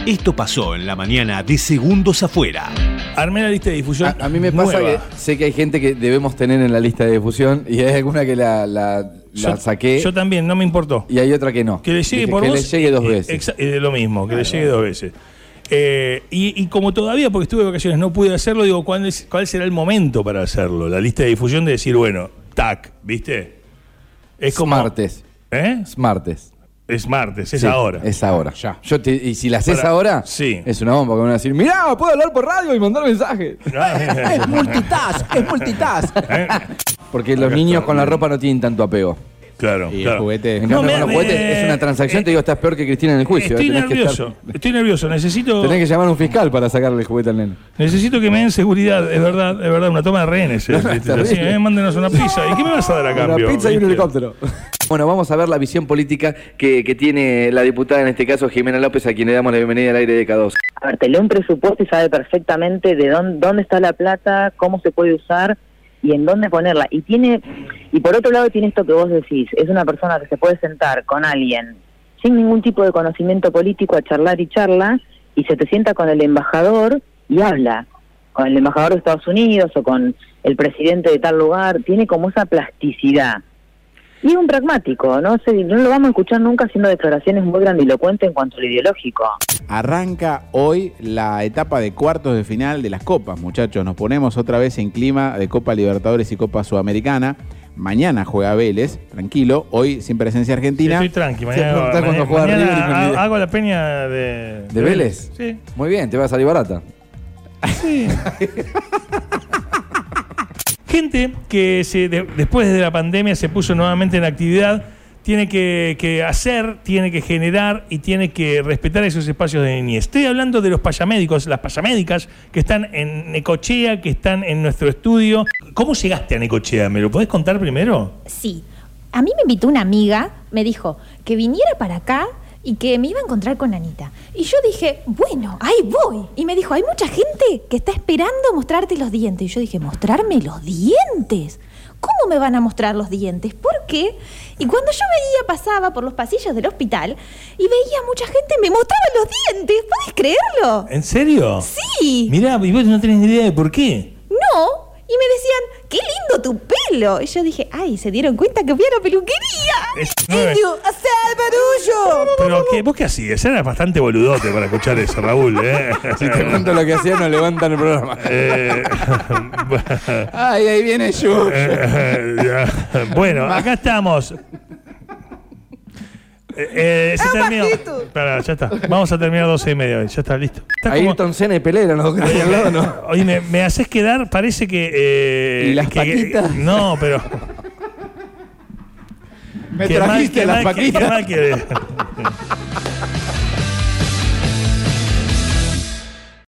Esto pasó en la mañana de Segundos Afuera. Armé la lista de difusión. A mí me pasa que sé que hay gente que debemos tener en la lista de difusión y hay alguna que la saqué. Yo también, no me importó. Y hay otra que no. Que le llegue Dije, por que vos. le llegue 2 veces. Lo mismo, que le llegue 2 veces. Y como todavía, porque estuve de vacaciones, no pude hacerlo, digo, ¿cuál será el momento para hacerlo? La lista de difusión de decir, bueno, tac, ¿viste? Es como... Martes. Es martes. Es martes, es Sí, ahora. Es ahora. Ya. Y si la haces ahora, sí. Es una bomba. Que van a decir, mirá, puedo hablar por radio y mandar mensajes. Es multitask. Porque los niños con la ropa no tienen tanto apego. Claro, Y claro. el juguete. En cambio, con los juguetes es una transacción. Te digo, estás peor que Cristina en el juicio. Estoy Tenés nervioso. Necesito Tenés que llamar a un fiscal para sacarle el juguete al nene. Necesito que me den seguridad, es verdad, una toma de rehenes. Así, mándenos una pizza. ¿Y qué me vas a dar a cambio? Una pizza y un ¿viste? helicóptero. Bueno, vamos a ver la visión política que tiene la diputada, en este caso Jimena López, a quien le damos la bienvenida al aire de K2. A ver, te lee un presupuesto y sabe perfectamente de dónde está la plata, cómo se puede usar y en dónde ponerla. Y por otro lado tiene esto que vos decís, es una persona que se puede sentar con alguien sin ningún tipo de conocimiento político a charlar y charla, y se te sienta con el embajador y habla, con el embajador de Estados Unidos o con el presidente de tal lugar, tiene como esa plasticidad. Y es un pragmático, no lo vamos a escuchar nunca haciendo declaraciones muy grandilocuentes en cuanto a lo ideológico. Arranca hoy la etapa de cuartos de final de las copas, muchachos. Nos ponemos otra vez en clima de Copa Libertadores y Copa Sudamericana. Mañana juega Vélez, tranquilo. Hoy sin presencia argentina. Sí, estoy tranqui. Mañana hago la peña de Vélez. Sí. Muy bien, te va a salir barata. Sí. Gente que después de la pandemia se puso nuevamente en actividad, tiene que hacer, tiene que generar y tiene que respetar esos espacios de niñez. Estoy hablando de los payamédicos, las payamédicas que están en Necochea, que están en nuestro estudio. ¿Cómo llegaste a Necochea? ¿Me lo podés contar primero? Sí. A mí me invitó una amiga, me dijo que viniera para acá y que me iba a encontrar con Anita. Y yo dije, bueno, ahí voy. Y me dijo, hay mucha gente que está esperando mostrarte los dientes. Y yo dije, ¿mostrarme los dientes? ¿Cómo me van a mostrar los dientes? ¿Por qué? Y cuando yo pasaba por los pasillos del hospital y veía mucha gente, me mostraban los dientes. ¿Puedes creerlo? ¿En serio? Sí. Mirá, y vos no tenés ni idea de por qué. No. Y me decían, qué lindo tu pelo. Y yo dije, ay, ¿se dieron cuenta que fui a la peluquería? ¡Indio, hacer barullo! Pero ¿vos qué hacías? Eras bastante boludote para escuchar eso, Raúl, ¿eh? Si te cuento lo que hacían, nos levantan el programa. Ay, ahí viene yo. Bueno, acá estamos. Se terminó. Pará, ya está. Vamos a terminar 12:30 hoy. Ya está, listo. Ayrton Senna y Pelé eran los dos que tenían al lado, ¿no? Oye, me haces quedar, parece que... ¿Y las paquitas? No, pero... Me trajiste las paquitas. Qué mal que...